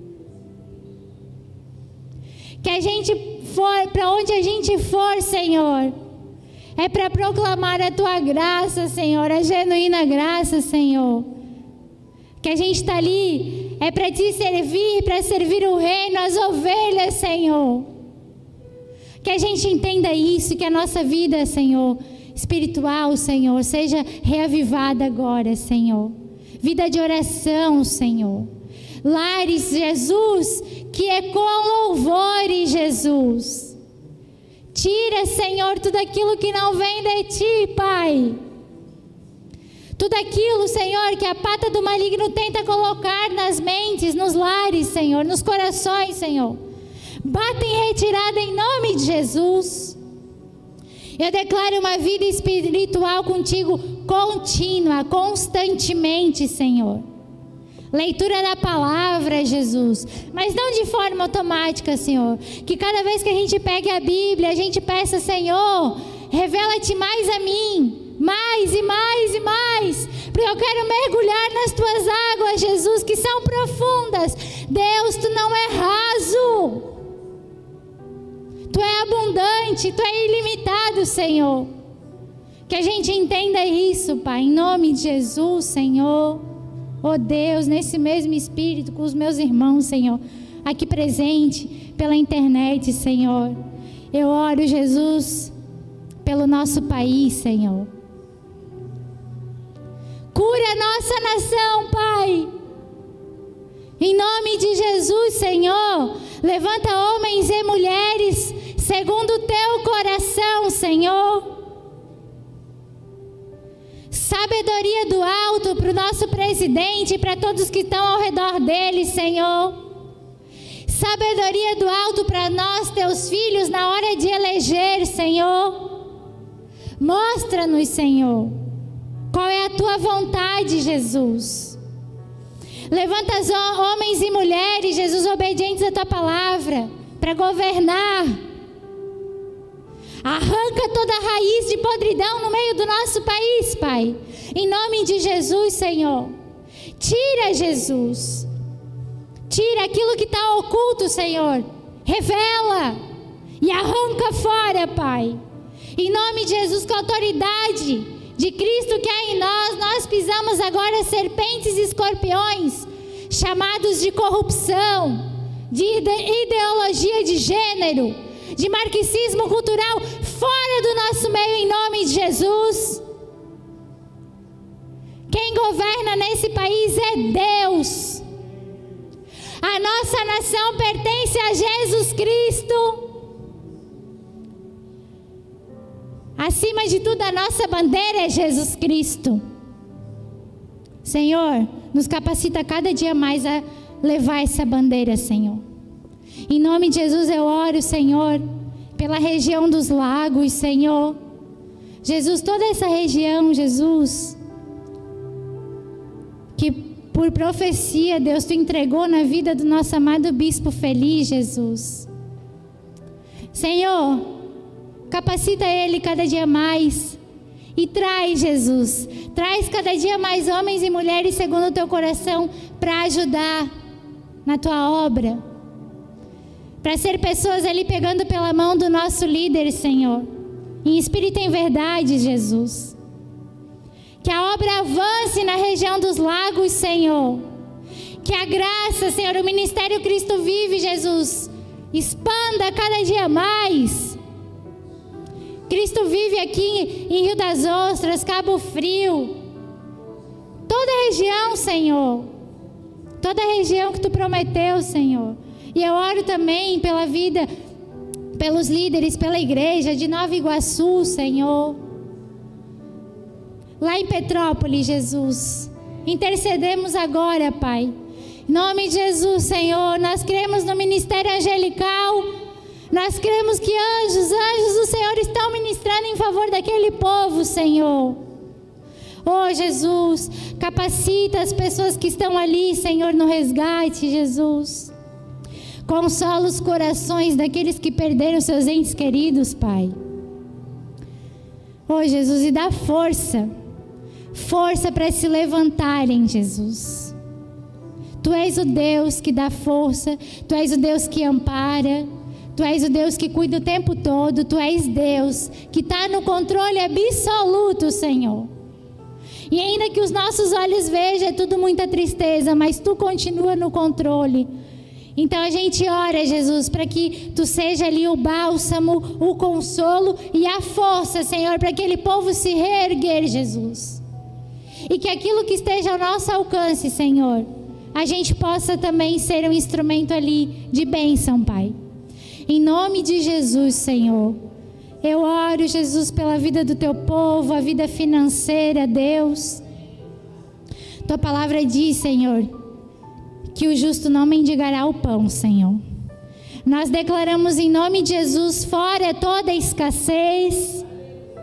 Que a gente for, para onde a gente for, Senhor, é para proclamar a Tua graça, Senhor, a genuína graça, Senhor. Que a gente está ali, é para Te servir, para servir o reino, as ovelhas, Senhor. Que a gente entenda isso, que a nossa vida, Senhor, espiritual, Senhor, seja reavivada agora, Senhor. Vida de oração, Senhor. Lares, Jesus, que ecoam louvores, Jesus. Tira, Senhor, tudo aquilo que não vem de Ti, Pai. Tudo aquilo, Senhor, que a pata do maligno tenta colocar nas mentes, nos lares, Senhor, nos corações, Senhor. Bata em retirada em nome de Jesus. Eu declaro uma vida espiritual contigo contínua, constantemente, Senhor. leitura da palavra, Jesus, mas não de forma automática, Senhor. Que cada vez que a gente pegue a Bíblia, a gente peça, Senhor, revela-te mais a mim, mais e mais e mais, porque eu quero mergulhar nas tuas águas, Jesus, que são profundas. Deus, tu não é raso, tu é abundante, tu é ilimitado, Senhor. Que a gente entenda isso, Pai, em nome de Jesus, Senhor. Oh Deus, nesse mesmo espírito, com os meus irmãos, Senhor, aqui presente pela internet, Senhor. Eu oro, Jesus, pelo nosso país, Senhor. Cura a nossa nação, Pai. Em nome de Jesus, Senhor. Levanta homens e mulheres segundo o teu coração, Senhor. Sabedoria do alto para o nosso presidente e para todos que estão ao redor dele, Senhor. Sabedoria do alto para nós, teus filhos, na hora de eleger, Senhor. Mostra-nos, Senhor, qual é a tua vontade, Jesus. Levanta homens e mulheres, Jesus, obedientes à tua palavra, para governar. Arranca toda a raiz de podridão no meio do nosso país, Pai. Em nome de Jesus, Senhor. Tira, Jesus. Tira aquilo que está oculto, Senhor. Revela e arranca fora, Pai. Em nome de Jesus, com a autoridade de Cristo que há em nós, nós pisamos agora serpentes e escorpiões, chamados de corrupção, de ideologia de gênero, de marxismo cultural, fora do nosso meio, em nome de Jesus. Quem governa nesse país é Deus. A nossa nação pertence a Jesus Cristo. Acima de tudo, a nossa bandeira é Jesus Cristo. Senhor, nos capacita cada dia mais a levar essa bandeira, Senhor. Em nome de Jesus eu oro, Senhor, pela região dos lagos, Senhor. Jesus, toda essa região, Jesus, que por profecia, Deus, tu entregou na vida do nosso amado Bispo Feliz, Jesus. Senhor, capacita ele cada dia mais e traz, Jesus, traz cada dia mais homens e mulheres segundo o teu coração para ajudar na tua obra. Para ser pessoas ali pegando pela mão do nosso líder, Senhor, em espírito e em verdade, Jesus. Que a obra avance na região dos lagos, Senhor. Que a graça, Senhor, o ministério Cristo Vive, Jesus, expanda cada dia mais. Cristo Vive aqui em Rio das Ostras, Cabo Frio. Toda a região, Senhor. Toda a região que tu prometeu, Senhor. E eu oro também pela vida, pelos líderes, pela igreja de Nova Iguaçu, Senhor. Lá em Petrópolis, Jesus. Intercedemos agora, Pai. Em nome de Jesus, Senhor, nós cremos no ministério angelical. Nós cremos que anjos do Senhor estão ministrando em favor daquele povo, Senhor. Oh, Jesus, capacita as pessoas que estão ali, Senhor, no resgate, Jesus. Consola os corações daqueles que perderam seus entes queridos, Pai. Oh, Jesus, e dá força para se levantarem, Jesus. Tu és o Deus que dá força, Tu és o Deus que ampara, Tu és o Deus que cuida o tempo todo, Tu és Deus que está no controle absoluto, Senhor. E ainda que os nossos olhos vejam, é tudo muita tristeza, mas Tu continua no controle. Então a gente ora, Jesus, para que Tu seja ali o bálsamo, o consolo e a força, Senhor, para aquele povo se reerguer, Jesus. E que aquilo que esteja ao nosso alcance, Senhor, a gente possa também ser um instrumento ali de bênção, Pai. Em nome de Jesus, Senhor, eu oro, Jesus, pela vida do Teu povo, a vida financeira, Deus. Tua palavra diz, Senhor, que o justo não mendigará o pão, Senhor. Nós declaramos em nome de Jesus, fora toda escassez.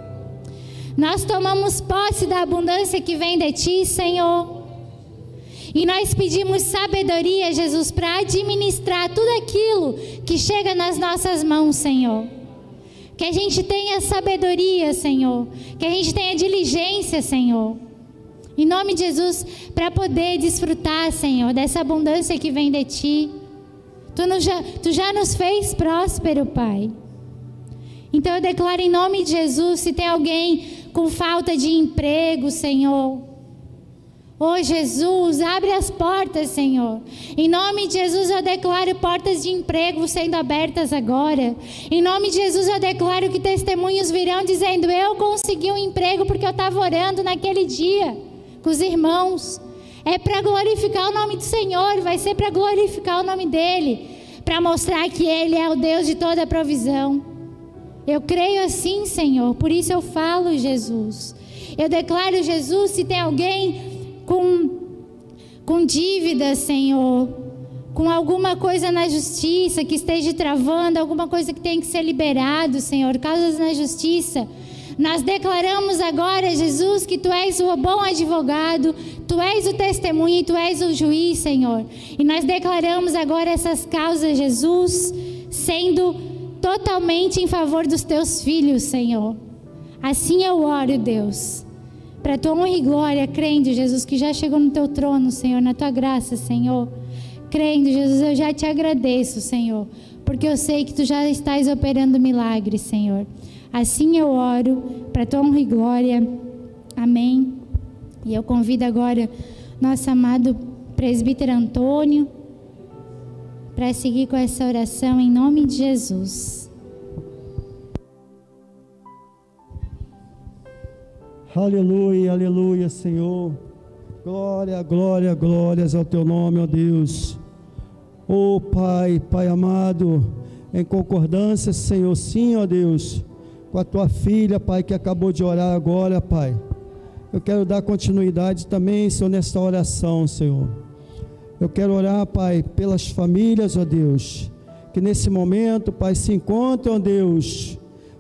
Nós tomamos posse da abundância que vem de Ti, Senhor. E nós pedimos sabedoria, Jesus, para administrar tudo aquilo que chega nas nossas mãos, Senhor. Que a gente tenha sabedoria, Senhor. Que a gente tenha diligência, Senhor. Em nome de Jesus, para poder desfrutar, Senhor, dessa abundância que vem de Ti. Tu já nos fez próspero, Pai. Então eu declaro em nome de Jesus, se tem alguém com falta de emprego, Senhor. Oh Jesus, abre as portas, Senhor. Em nome de Jesus eu declaro portas de emprego sendo abertas agora. Em nome de Jesus eu declaro que testemunhos virão dizendo: eu consegui um emprego porque eu estava orando naquele dia com os irmãos. É para glorificar o nome do Senhor, vai ser para glorificar o nome dEle, para mostrar que Ele é o Deus de toda provisão. Eu creio assim, Senhor, por isso eu falo, Jesus. Eu declaro, Jesus, se tem alguém com dívida, Senhor, com alguma coisa na justiça que esteja travando, alguma coisa que tem que ser liberado, Senhor, causas na justiça, nós declaramos agora, Jesus, que Tu és o bom advogado, Tu és o testemunho e Tu és o juiz, Senhor. E nós declaramos agora essas causas, Jesus, sendo totalmente em favor dos Teus filhos, Senhor. Assim eu oro, Deus, para Tua honra e glória, crendo, Jesus, que já chegou no Teu trono, Senhor, na Tua graça, Senhor. Crendo, Jesus, eu já Te agradeço, Senhor, porque eu sei que Tu já estás operando milagres, Senhor. Assim eu oro, para Tua honra e glória. Amém. E eu convido agora nosso amado presbítero Antônio para seguir com essa oração em nome de Jesus. Aleluia, aleluia, Senhor. Glória, glória, glórias ao Teu nome, ó Deus. Ó Pai, Pai amado, em concordância, Senhor, sim, ó Deus, com a Tua filha, Pai, que acabou de orar agora, Pai. Eu quero dar continuidade também, Senhor, nesta oração, Senhor. Eu quero orar, Pai, pelas famílias, ó Deus, que nesse momento, Pai, se encontram, ó Deus,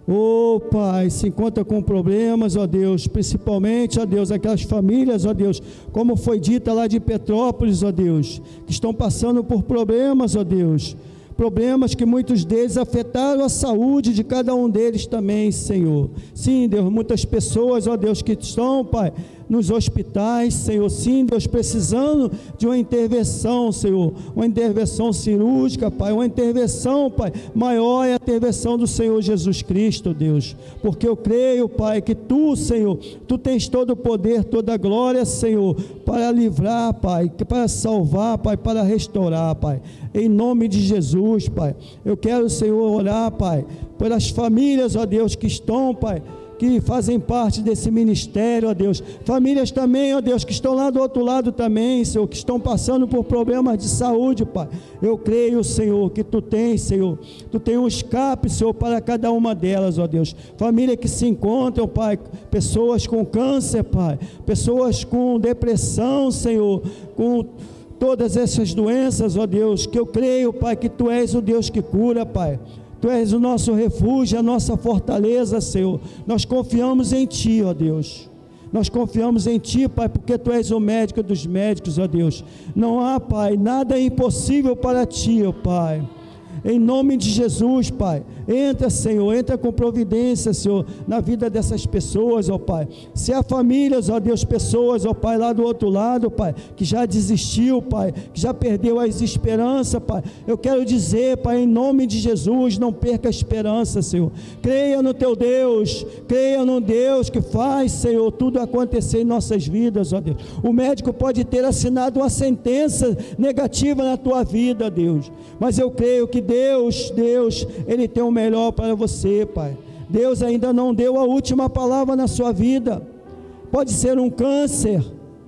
oh Pai, se encontra com problemas, ó Deus, principalmente, ó Deus, aquelas famílias, ó Deus, como foi dita lá de Petrópolis, ó Deus, que estão passando por problemas, ó Deus, problemas que muitos deles afetaram a saúde de cada um deles também, Senhor. Sim, Deus, muitas pessoas, ó Deus, que estão, Pai, nos hospitais, Senhor, sim, Deus, precisando de uma intervenção, Senhor, uma intervenção cirúrgica, Pai, uma intervenção, Pai, maior é a intervenção do Senhor Jesus Cristo, Deus, porque eu creio, Pai, que Tu, Senhor, Tu tens todo o poder, toda a glória, Senhor, para livrar, Pai, para salvar, Pai, para restaurar, Pai, em nome de Jesus, Pai. Eu quero, Senhor, orar, Pai, pelas famílias, ó Deus, que estão, Pai, que fazem parte desse ministério, ó Deus, famílias também, ó Deus, que estão lá do outro lado também, Senhor, que estão passando por problemas de saúde, Pai. Eu creio, Senhor, que Tu tens, Senhor, Tu tens um escape, Senhor, para cada uma delas, ó Deus, família que se encontram, Pai, pessoas com câncer, Pai, pessoas com depressão, Senhor, com todas essas doenças, ó Deus, que eu creio, Pai, que Tu és o Deus que cura, Pai. Tu és o nosso refúgio, a nossa fortaleza, Senhor. Nós confiamos em Ti, ó Deus. Nós confiamos em Ti, Pai, porque Tu és o médico dos médicos, ó Deus. Não há, Pai, nada impossível para Ti, ó Pai. Em nome de Jesus, Pai, entra, Senhor, entra com providência, Senhor, na vida dessas pessoas, ó Pai. Se há famílias, ó Deus, pessoas, ó Pai, lá do outro lado, Pai, que já desistiu, Pai, que já perdeu as esperanças, Pai, eu quero dizer, Pai, em nome de Jesus, não perca a esperança, Senhor. Creia no Teu Deus, creia no Deus que faz, Senhor, tudo acontecer em nossas vidas, ó Deus. O médico pode ter assinado uma sentença negativa na tua vida, Deus, mas eu creio que Deus, Ele tem o melhor para você, Pai. Deus ainda não deu a última palavra na sua vida. Pode ser um câncer,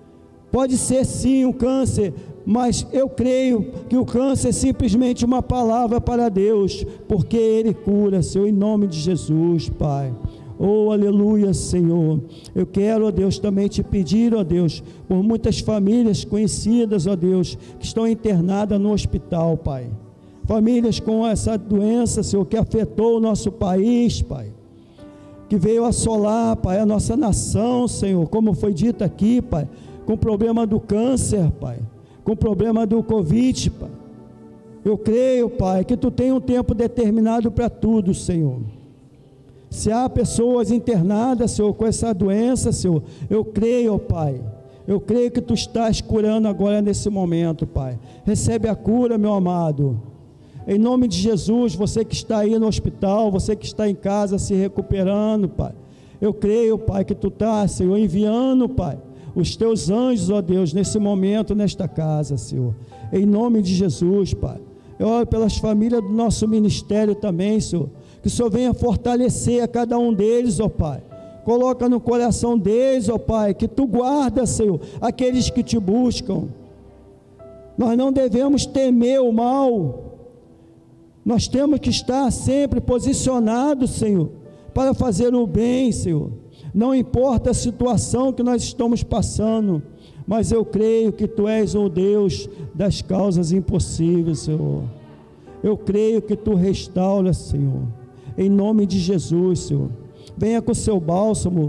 pode ser sim um câncer, mas eu creio que o câncer é simplesmente uma palavra para Deus, porque Ele cura, Senhor, em nome de Jesus, Pai. Oh, aleluia, Senhor. Eu quero, ó Deus, também Te pedir, ó Deus, por muitas famílias conhecidas, ó Deus, que estão internadas no hospital, Pai. Famílias com essa doença, Senhor, que afetou o nosso país, Pai, que veio assolar, Pai, a nossa nação, Senhor, como foi dito aqui, Pai, com o problema do câncer, Pai. com o problema do Covid, Pai. Eu creio, Pai, que Tu tem um tempo determinado para tudo, Senhor. Se há pessoas internadas, Senhor, com essa doença, Senhor, eu creio, Pai. Eu creio que Tu estás curando agora nesse momento, Pai. Recebe a cura, meu amado. Em nome de Jesus, você que está aí no hospital, você que está em casa se recuperando, Pai. Eu creio, Pai, que Tu estás, Senhor, enviando, Pai, os Teus anjos, ó Deus, nesse momento, nesta casa, Senhor. Em nome de Jesus, Pai. Eu oro pelas famílias do nosso ministério também, Senhor. Que o Senhor venha fortalecer a cada um deles, ó Pai. Coloca no coração deles, ó Pai, que Tu guarda, Senhor, aqueles que Te buscam. Nós não devemos temer o mal. Nós temos que estar sempre posicionados, Senhor, para fazer o bem, Senhor. Não importa a situação que nós estamos passando, mas eu creio que Tu és o Deus das causas impossíveis, Senhor. Eu creio que Tu restauras, Senhor. Em nome de Jesus, Senhor. Venha com o Seu bálsamo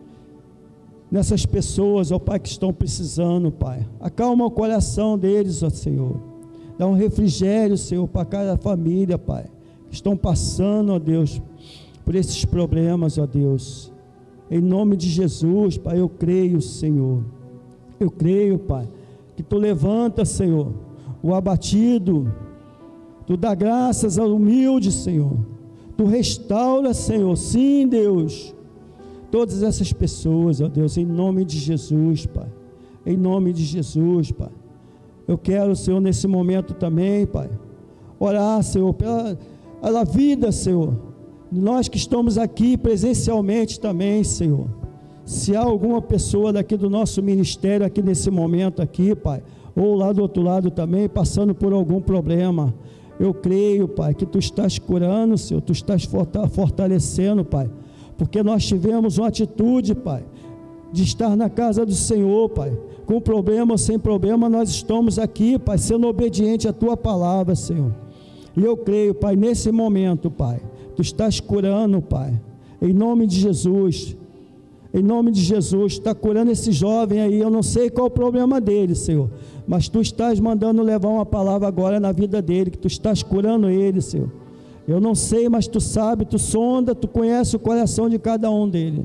nessas pessoas, ó Pai, que estão precisando, Pai. Acalma o coração deles, ó Senhor. Dá um refrigério, Senhor, para cada família, Pai, que estão passando, ó Deus, por esses problemas, ó Deus. Em nome de Jesus, Pai, eu creio, Senhor. Eu creio, Pai, que Tu levanta, Senhor, o abatido. Tu dá graças ao humilde, Senhor. Tu restaura, Senhor, sim, Deus, todas essas pessoas, ó Deus, em nome de Jesus, Pai. Em nome de Jesus, Pai. Eu quero, Senhor, nesse momento também, Pai, orar, Senhor, pela vida, Senhor, nós que estamos aqui presencialmente também, Senhor. Se há alguma pessoa daqui do nosso ministério, aqui nesse momento aqui, Pai, ou lá do outro lado também, passando por algum problema, eu creio, Pai, que Tu estás curando, Senhor, Tu estás fortalecendo, Pai, porque nós tivemos uma atitude, Pai, de estar na casa do Senhor, Pai, com problema ou sem problema, nós estamos aqui, Pai, sendo obediente à Tua palavra, Senhor. E eu creio, Pai, nesse momento, Pai, Tu estás curando, Pai, em nome de Jesus. Em nome de Jesus, está curando esse jovem aí. Eu não sei qual o problema dele, Senhor, mas Tu estás mandando levar uma palavra agora na vida dele, que Tu estás curando ele, Senhor. Eu não sei, mas Tu sabe, Tu sonda, Tu conhece o coração de cada um dele.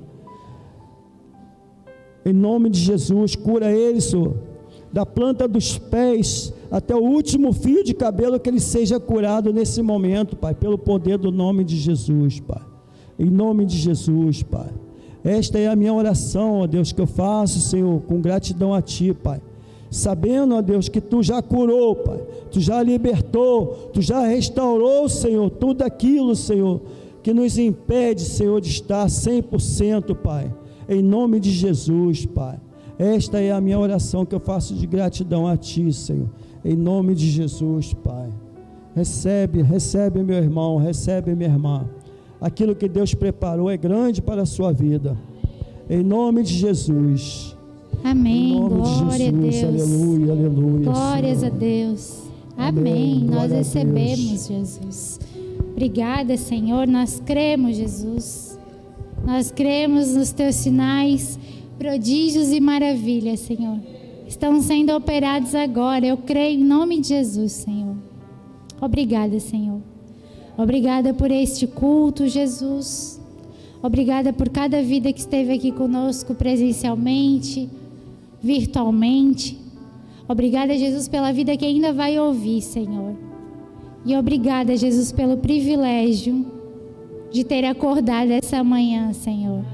Em nome de Jesus, cura ele, Senhor, da planta dos pés até o último fio de cabelo, que ele seja curado nesse momento, Pai, pelo poder do nome de Jesus, Pai. Em nome de Jesus, Pai. Esta é a minha oração, ó Deus, que eu faço, Senhor, com gratidão a Ti, Pai. Sabendo, ó Deus, que Tu já curou, Pai. Tu já libertou, Tu já restaurou, Senhor, tudo aquilo, Senhor, que nos impede, Senhor, de estar 100%, Pai. Em nome de Jesus, Pai. Esta é a minha oração que eu faço de gratidão a Ti, Senhor. Em nome de Jesus, Pai. Recebe, meu irmão, recebe, minha irmã. Aquilo que Deus preparou é grande para a sua vida. Em nome de Jesus. Amém. Em nome Glória de Jesus. a Deus. Aleluia, aleluia. Glórias Senhor. a Deus. Amém. Nós Glória a recebemos, Jesus. Obrigada, Senhor. Nós cremos, Jesus. Nós cremos nos Teus sinais, prodígios e maravilhas, Senhor. Estão sendo operados agora. Eu creio em nome de Jesus, Senhor. Obrigada, Senhor. Obrigada por este culto, Jesus. Obrigada por cada vida que esteve aqui conosco presencialmente, virtualmente. Obrigada, Jesus, pela vida que ainda vai ouvir, Senhor. E obrigada, Jesus, pelo privilégio de ter acordado essa manhã, Senhor.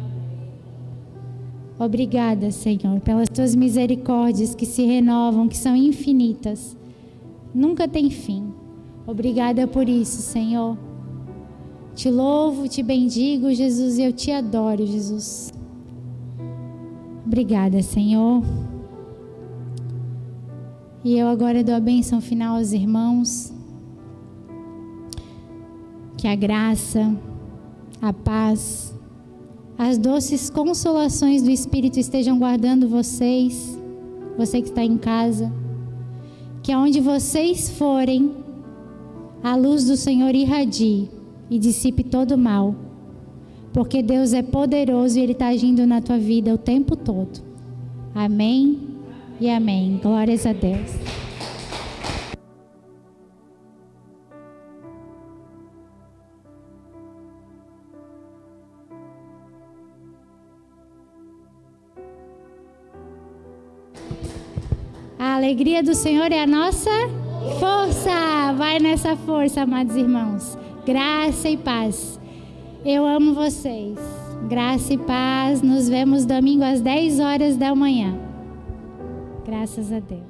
Obrigada, Senhor, pelas Tuas misericórdias que se renovam, que são infinitas. Nunca tem fim. Obrigada por isso, Senhor. Te louvo, te bendigo, Jesus, e eu te adoro, Jesus. Obrigada, Senhor. E eu agora dou a bênção final aos irmãos. Que a graça, a paz, as doces consolações do Espírito estejam guardando vocês, você que está em casa. Que aonde vocês forem, a luz do Senhor irradie e dissipe todo o mal, porque Deus é poderoso e Ele está agindo na tua vida o tempo todo. Amém? e amém. Glórias a Deus. A alegria do Senhor é a nossa força. Vai nessa força, amados irmãos. Graça e paz. Eu amo vocês. Graça e paz. Nos vemos domingo às 10 horas da manhã. Graças a Deus.